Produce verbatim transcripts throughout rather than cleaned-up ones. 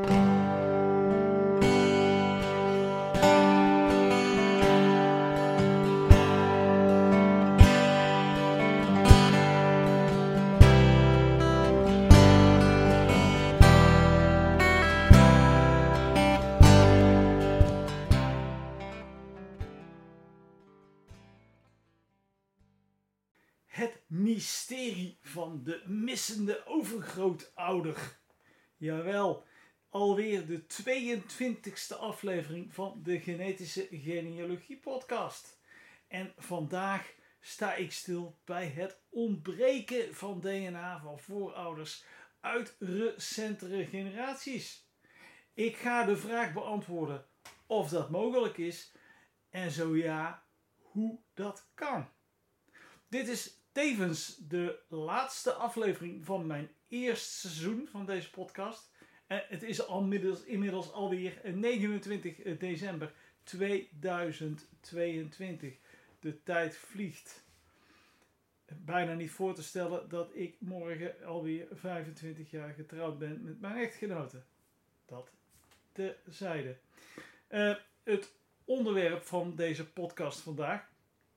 Het mysterie van de missende overgrootouder. Jawel, alweer de tweeëntwintigste aflevering van de Genetische Genealogie podcast. En vandaag sta ik stil bij het ontbreken van D N A van voorouders uit recentere generaties. Ik ga de vraag beantwoorden of dat mogelijk is en zo ja, hoe dat kan. Dit is tevens de laatste aflevering van mijn eerste seizoen van deze podcast. En het is al middels, inmiddels alweer negenentwintig december tweeduizend tweeëntwintig. De tijd vliegt. Bijna niet voor te stellen dat ik morgen alweer vijfentwintig jaar getrouwd ben met mijn echtgenote. Dat tezijde. Uh, het onderwerp van deze podcast vandaag.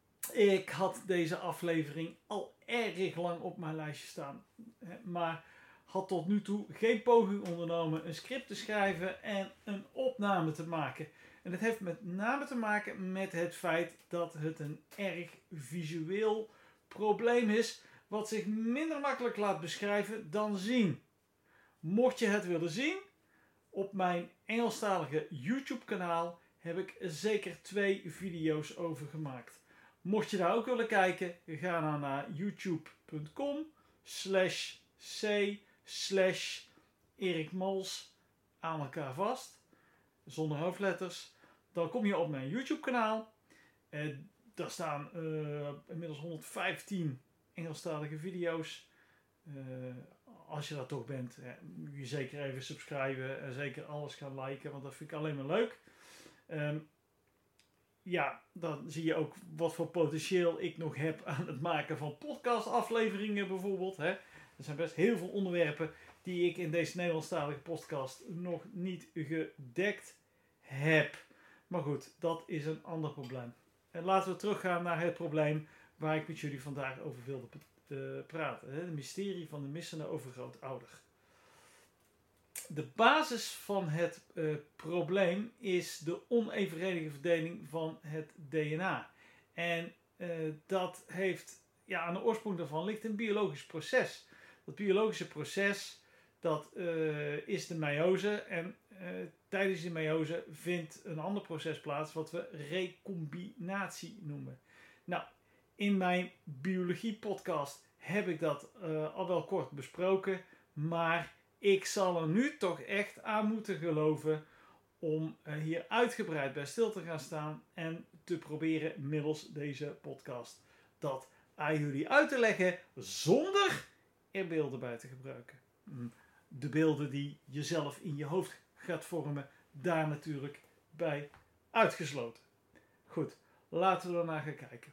Ik had deze aflevering al erg lang op mijn lijstje staan. Maar had tot nu toe geen poging ondernomen een script te schrijven en een opname te maken. En dat heeft met name te maken met het feit dat het een erg visueel probleem is. Wat zich minder makkelijk laat beschrijven dan zien. Mocht je het willen zien, op mijn Engelstalige YouTube kanaal heb ik zeker twee video's over gemaakt. Mocht je daar ook willen kijken, ga dan naar youtube.com slash c slash Erik Mals aan elkaar vast, zonder hoofdletters. Dan kom je op mijn YouTube kanaal. En daar staan uh, inmiddels honderdvijftien Engelstalige video's. Uh, als je dat toch bent, hè, moet je zeker even subscriben en zeker alles gaan liken, want dat vind ik alleen maar leuk. Um, Ja, dan zie je ook wat voor potentieel ik nog heb aan het maken van podcastafleveringen bijvoorbeeld. Hè. Er zijn best heel veel onderwerpen die ik in deze Nederlandstalige podcast nog niet gedekt heb. Maar goed, dat is een ander probleem. En laten we teruggaan naar het probleem waar ik met jullie vandaag over wilde uh, praten. Hè. Het mysterie van de missende overgrootouder. De basis van het uh, probleem is de onevenredige verdeling van het D N A. En uh, dat heeft, ja, aan de oorsprong daarvan ligt een biologisch proces. Dat biologische proces, dat uh, is de meiose. En uh, tijdens die meiose vindt een ander proces plaats wat we recombinatie noemen. Nou, in mijn biologie podcast heb ik dat uh, al wel kort besproken, maar ik zal er nu toch echt aan moeten geloven om hier uitgebreid bij stil te gaan staan en te proberen middels deze podcast dat aan jullie uit te leggen zonder er beelden bij te gebruiken. De beelden die je zelf in je hoofd gaat vormen, daar natuurlijk bij uitgesloten. Goed, laten we er naar gaan kijken.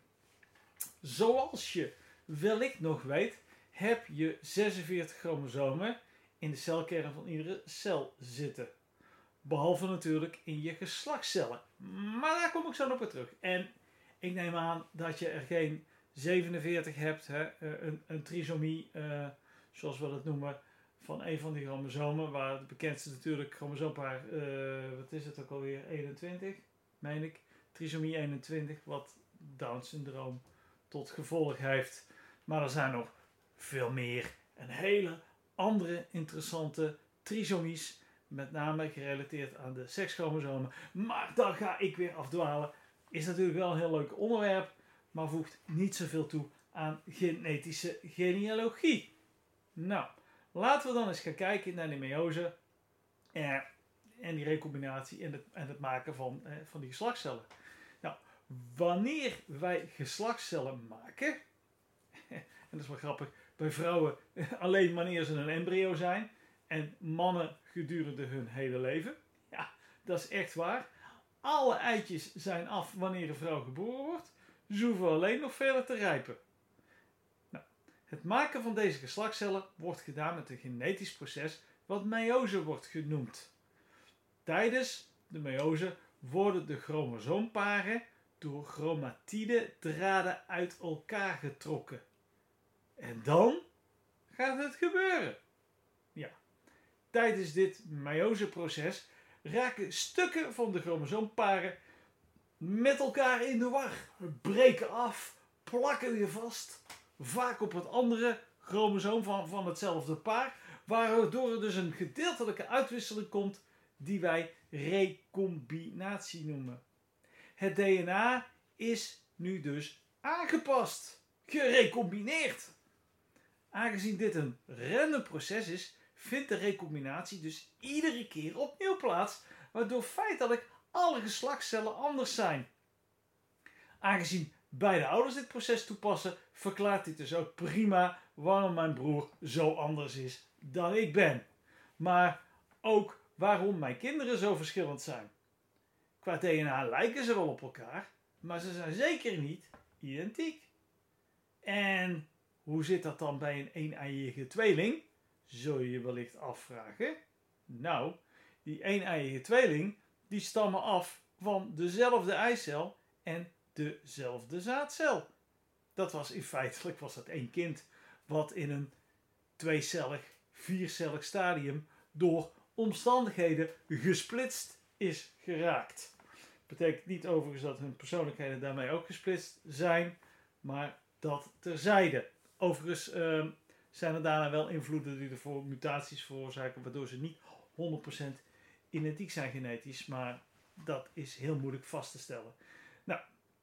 Zoals je wellicht nog weet, heb je zesenveertig chromosomen in de celkern van iedere cel zitten. Behalve natuurlijk in je geslachtscellen. Maar daar kom ik zo nog op terug. En ik neem aan dat je er geen zevenenveertig hebt. Hè? Een, een trisomie, uh, zoals we dat noemen, van een van die chromosomen. Waar het bekendste natuurlijk chromosoompaar, uh, wat is het ook alweer, eenentwintig, meen ik. Trisomie eenentwintig, wat Down-syndroom tot gevolg heeft. Maar er zijn nog veel meer. Een hele andere interessante trisomies, met name gerelateerd aan de sekschromosomen. Maar dan ga ik weer afdwalen. Is natuurlijk wel een heel leuk onderwerp, maar voegt niet zoveel toe aan genetische genealogie. Nou, laten we dan eens gaan kijken naar de meiose eh, en die recombinatie en het, en het maken van, eh, van die geslachtscellen. Nou, wanneer wij geslachtscellen maken, en dat is wel grappig, bij vrouwen alleen wanneer ze een embryo zijn en mannen gedurende hun hele leven. Ja, dat is echt waar. Alle eitjes zijn af wanneer een vrouw geboren wordt. Ze hoeven alleen nog verder te rijpen. Nou, het maken van deze geslachtscellen wordt gedaan met een genetisch proces wat meiose wordt genoemd. Tijdens de meiose worden de chromosoomparen door chromatide-draden uit elkaar getrokken. En dan gaat het gebeuren. Ja. Tijdens dit meioseproces raken stukken van de chromosoomparen met elkaar in de war. Breken af, plakken weer vast, vaak op het andere chromosoom van, van hetzelfde paar, waardoor er dus een gedeeltelijke uitwisseling komt die wij recombinatie noemen. Het D N A is nu dus aangepast, gerecombineerd. Aangezien dit een random proces is, vindt de recombinatie dus iedere keer opnieuw plaats, waardoor feitelijk alle geslachtscellen anders zijn. Aangezien beide ouders dit proces toepassen, verklaart dit dus ook prima waarom mijn broer zo anders is dan ik ben. Maar ook waarom mijn kinderen zo verschillend zijn. Qua D N A lijken ze wel op elkaar, maar ze zijn zeker niet identiek. En hoe zit dat dan bij een een-eiige tweeling? Zul je je wellicht afvragen. Nou, die een-eiige tweeling die stammen af van dezelfde eicel en dezelfde zaadcel. Dat was in feitelijk was dat één kind wat in een tweecellig, viercellig stadium door omstandigheden gesplitst is geraakt. Betekent niet overigens dat hun persoonlijkheden daarmee ook gesplitst zijn, maar dat terzijde. Overigens uh, zijn er daarna wel invloeden die ervoor mutaties veroorzaken, waardoor ze niet honderd procent identiek zijn genetisch, maar dat is heel moeilijk vast te stellen. Nou,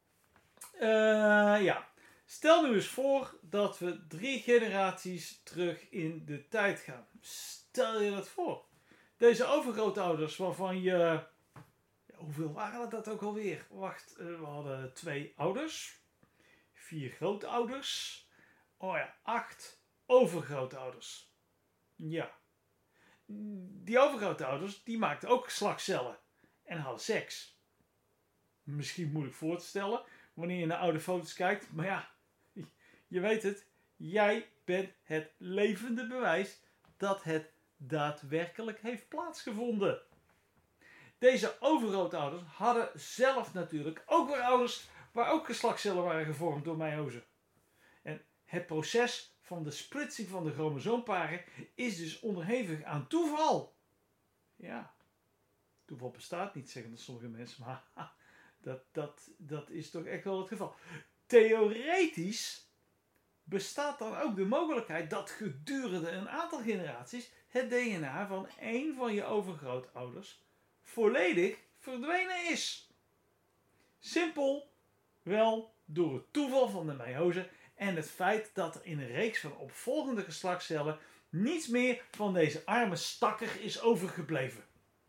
uh, ja. Stel nu eens voor dat we drie generaties terug in de tijd gaan. Stel je dat voor. Deze overgrootouders waarvan je... Ja, hoeveel waren dat ook alweer? Wacht, uh, we hadden twee ouders. Vier grootouders. Oh ja, acht overgrootouders. Ja. Die overgrootouders, die maakten ook geslachtscellen. En hadden seks. Misschien moeilijk voor te stellen wanneer je naar oude foto's kijkt. Maar ja, je weet het. Jij bent het levende bewijs dat het daadwerkelijk heeft plaatsgevonden. Deze overgrootouders hadden zelf natuurlijk ook weer ouders waar ook geslachtscellen waren gevormd door meiose. En het proces van de splitsing van de chromosoomparen is dus onderhevig aan toeval. Ja, toeval bestaat niet, zeggen sommige mensen, maar dat, dat, dat is toch echt wel het geval. Theoretisch bestaat dan ook de mogelijkheid dat gedurende een aantal generaties het D N A van één van je overgrootouders volledig verdwenen is. Simpel wel door het toeval van de meiose en het feit dat er in een reeks van opvolgende geslachtscellen niets meer van deze arme stakker is overgebleven.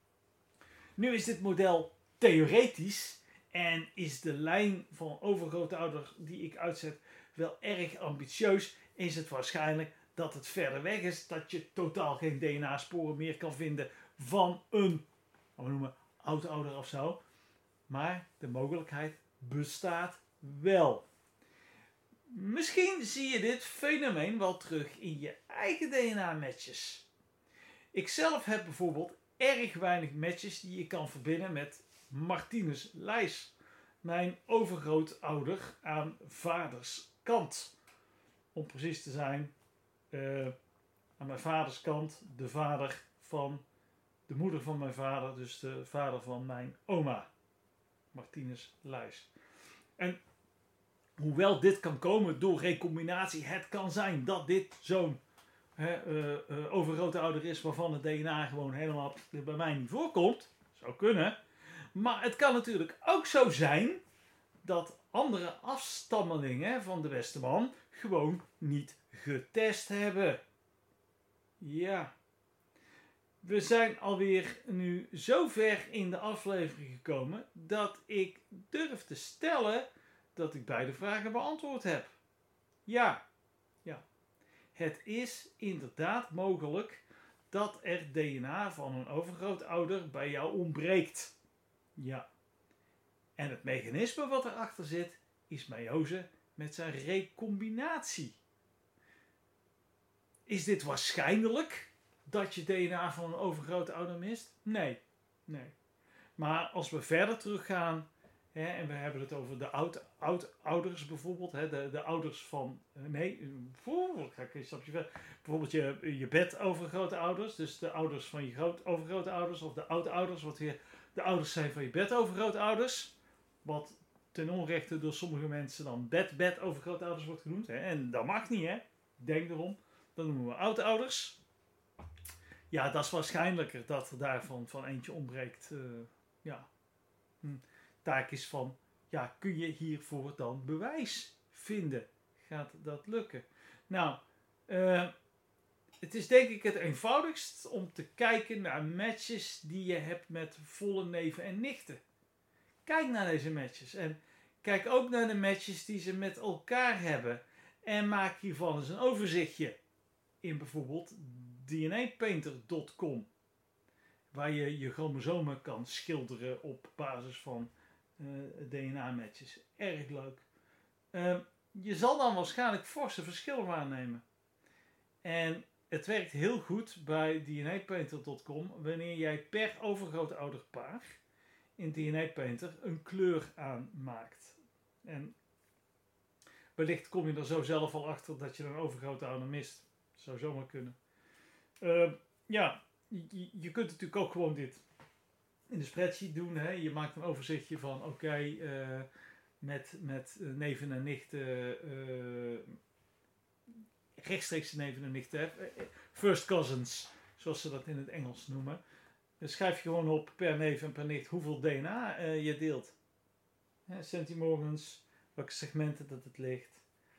Nu is dit model theoretisch en is de lijn van overgrootouder die ik uitzet wel erg ambitieus, is het waarschijnlijk dat het verder weg is, dat je totaal geen D N A-sporen meer kan vinden van een, wat we noemen, oudouder of zo. Maar de mogelijkheid bestaat wel. Misschien zie je dit fenomeen wel terug in je eigen D N A-matches. Ik zelf heb bijvoorbeeld erg weinig matches die je kan verbinden met Martinus Lijs, mijn overgrootouder aan vaders kant. Om precies te zijn, uh, aan mijn vaders kant de vader van de moeder van mijn vader, dus de vader van mijn oma, Martinus Lijs. En hoewel dit kan komen door recombinatie, het kan zijn dat dit zo'n uh, uh, overgrootouder is waarvan het D N A gewoon helemaal bij mij niet voorkomt. Zou kunnen. Maar het kan natuurlijk ook zo zijn dat andere afstammelingen van de beste man gewoon niet getest hebben. Ja. We zijn alweer nu zo ver in de aflevering gekomen dat ik durf te stellen dat ik beide vragen beantwoord heb. Ja. Ja. Het is inderdaad mogelijk dat er D N A van een overgrootouder bij jou ontbreekt. Ja. En het mechanisme wat erachter zit is meiose met zijn recombinatie. Is dit waarschijnlijk dat je D N A van een overgrootouder mist? Nee. Nee. Maar als we verder teruggaan, hè, en we hebben het over de oud, oud-ouders bijvoorbeeld, hè, de, de ouders van, nee, voor, ga ik een stapje verder. Bijvoorbeeld je, je bedovergrootouders, dus de ouders van je groot, overgrootouders, of de oudouders, wat weer de ouders zijn van je bedovergrootouders. Wat ten onrechte door sommige mensen dan bed-bedovergrootouders wordt genoemd. Hè, en dat mag niet, hè. Denk erom. Dat noemen we oudouders. Ja, dat is waarschijnlijker dat er daarvan van eentje ontbreekt. Uh, ja. Hm. Taak is van, ja, kun je hiervoor dan bewijs vinden? Gaat dat lukken? Nou, uh, het is denk ik het eenvoudigst om te kijken naar matches die je hebt met volle neven en nichten. Kijk naar deze matches en kijk ook naar de matches die ze met elkaar hebben. En maak hiervan eens een overzichtje in bijvoorbeeld D N A painter punt com. Waar je je chromosomen kan schilderen op basis van uh, D N A-matches. Erg leuk. Uh, je zal dan waarschijnlijk forse verschillen waarnemen. En het werkt heel goed bij D N A painter punt com wanneer jij per overgrootouderpaar in D N A Painter een kleur aanmaakt. En wellicht kom je er zo zelf al achter dat je een overgrootouder mist. Dat zou zomaar kunnen. Uh, ja, je, je kunt natuurlijk ook gewoon dit in de spreadsheet doen. Hè? Je maakt een overzichtje van oké, okay, uh, met, met neven en nichten, uh, rechtstreeks neven en nichten, first cousins, zoals ze dat in het Engels noemen. Dan schrijf je gewoon op per neef en per nicht hoeveel D N A uh, je deelt. Hè, centimorgans, welke segmenten dat het ligt.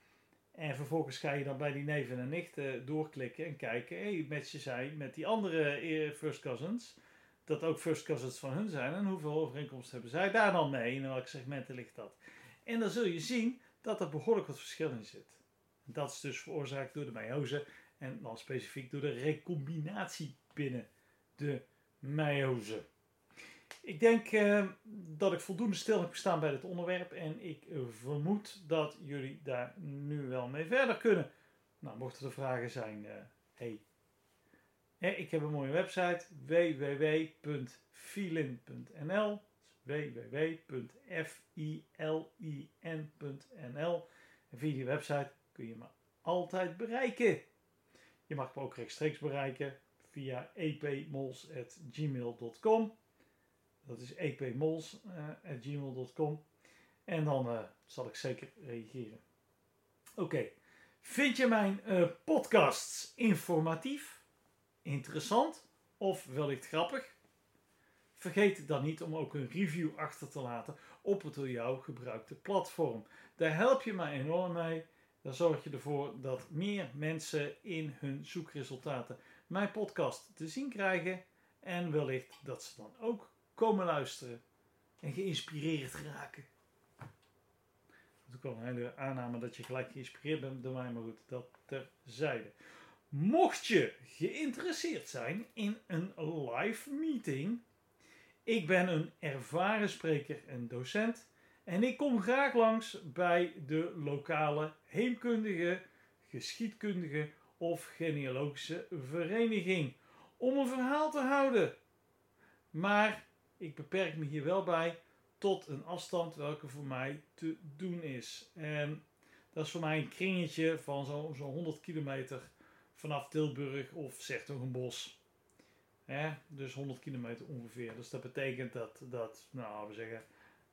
En vervolgens ga je dan bij die neven en nichten doorklikken en kijken, hé, hey, matchen zij met die andere first cousins, dat ook first cousins van hun zijn en hoeveel overeenkomsten hebben zij daar dan mee, in welke segmenten ligt dat. En dan zul je zien dat er behoorlijk wat verschil in zit. Dat is dus veroorzaakt door de meiose en dan specifiek door de recombinatie binnen de meiose. Ik denk uh, dat ik voldoende stil heb gestaan bij dit onderwerp en ik uh, vermoed dat jullie daar nu wel mee verder kunnen. Nou, mochten er vragen zijn, uh, hey. Hey, ik heb een mooie website, w w w punt filin punt n l, w w w punt filin punt n l. En via die website kun je me altijd bereiken. Je mag me ook rechtstreeks bereiken via e p mols at gmail punt com. Dat is e p mols at gmail punt com. En dan uh, zal ik zeker reageren. Oké, okay. Vind je mijn uh, podcasts informatief, interessant of wellicht grappig? Vergeet dan niet om ook een review achter te laten op het door jou gebruikte platform. Daar help je mij enorm mee. Dan zorg je ervoor dat meer mensen in hun zoekresultaten mijn podcast te zien krijgen. En wellicht dat ze dan ook komen luisteren en geïnspireerd raken. Dat is ook wel een hele aanname dat je gelijk geïnspireerd bent door mij, maar goed, dat terzijde. Mocht je geïnteresseerd zijn in een live meeting, ik ben een ervaren spreker en docent en ik kom graag langs bij de lokale heemkundige, geschiedkundige of genealogische vereniging om een verhaal te houden. Maar ik beperk me hier wel bij tot een afstand welke voor mij te doen is. En dat is voor mij een kringetje van zo'n zo honderd kilometer vanaf Tilburg of 's-Hertogenbosch. Ja, dus honderd kilometer ongeveer. Dus dat betekent dat, dat nou, we zeggen,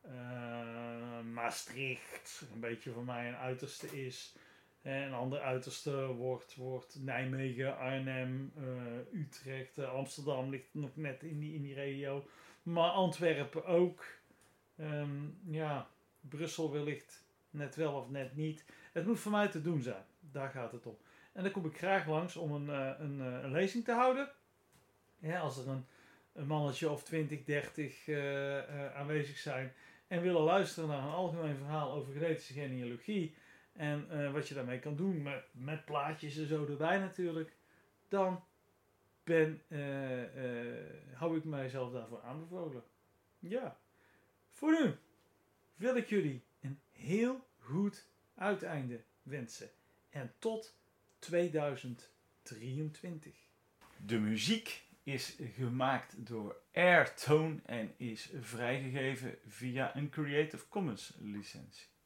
uh, Maastricht een beetje voor mij een uiterste is. En een ander uiterste wordt, wordt Nijmegen, Arnhem, uh, Utrecht, uh, Amsterdam ligt nog net in die, in die regio. Maar Antwerpen ook. Um, ja, Brussel wellicht net wel of net niet. Het moet voor mij te doen zijn. Daar gaat het om. En dan kom ik graag langs om een, uh, een, uh, een lezing te houden. Ja, als er een, een mannetje of twintig, dertig uh, uh, aanwezig zijn en willen luisteren naar een algemeen verhaal over genetische genealogie en uh, wat je daarmee kan doen met, met plaatjes en zo erbij natuurlijk, dan ben, uh, uh, hou ik mijzelf daarvoor aanbevolen. Ja, voor nu wil ik jullie een heel goed uiteinde wensen en tot tweeduizend drieëntwintig. De muziek is gemaakt door Airtone en is vrijgegeven via een Creative Commons licentie.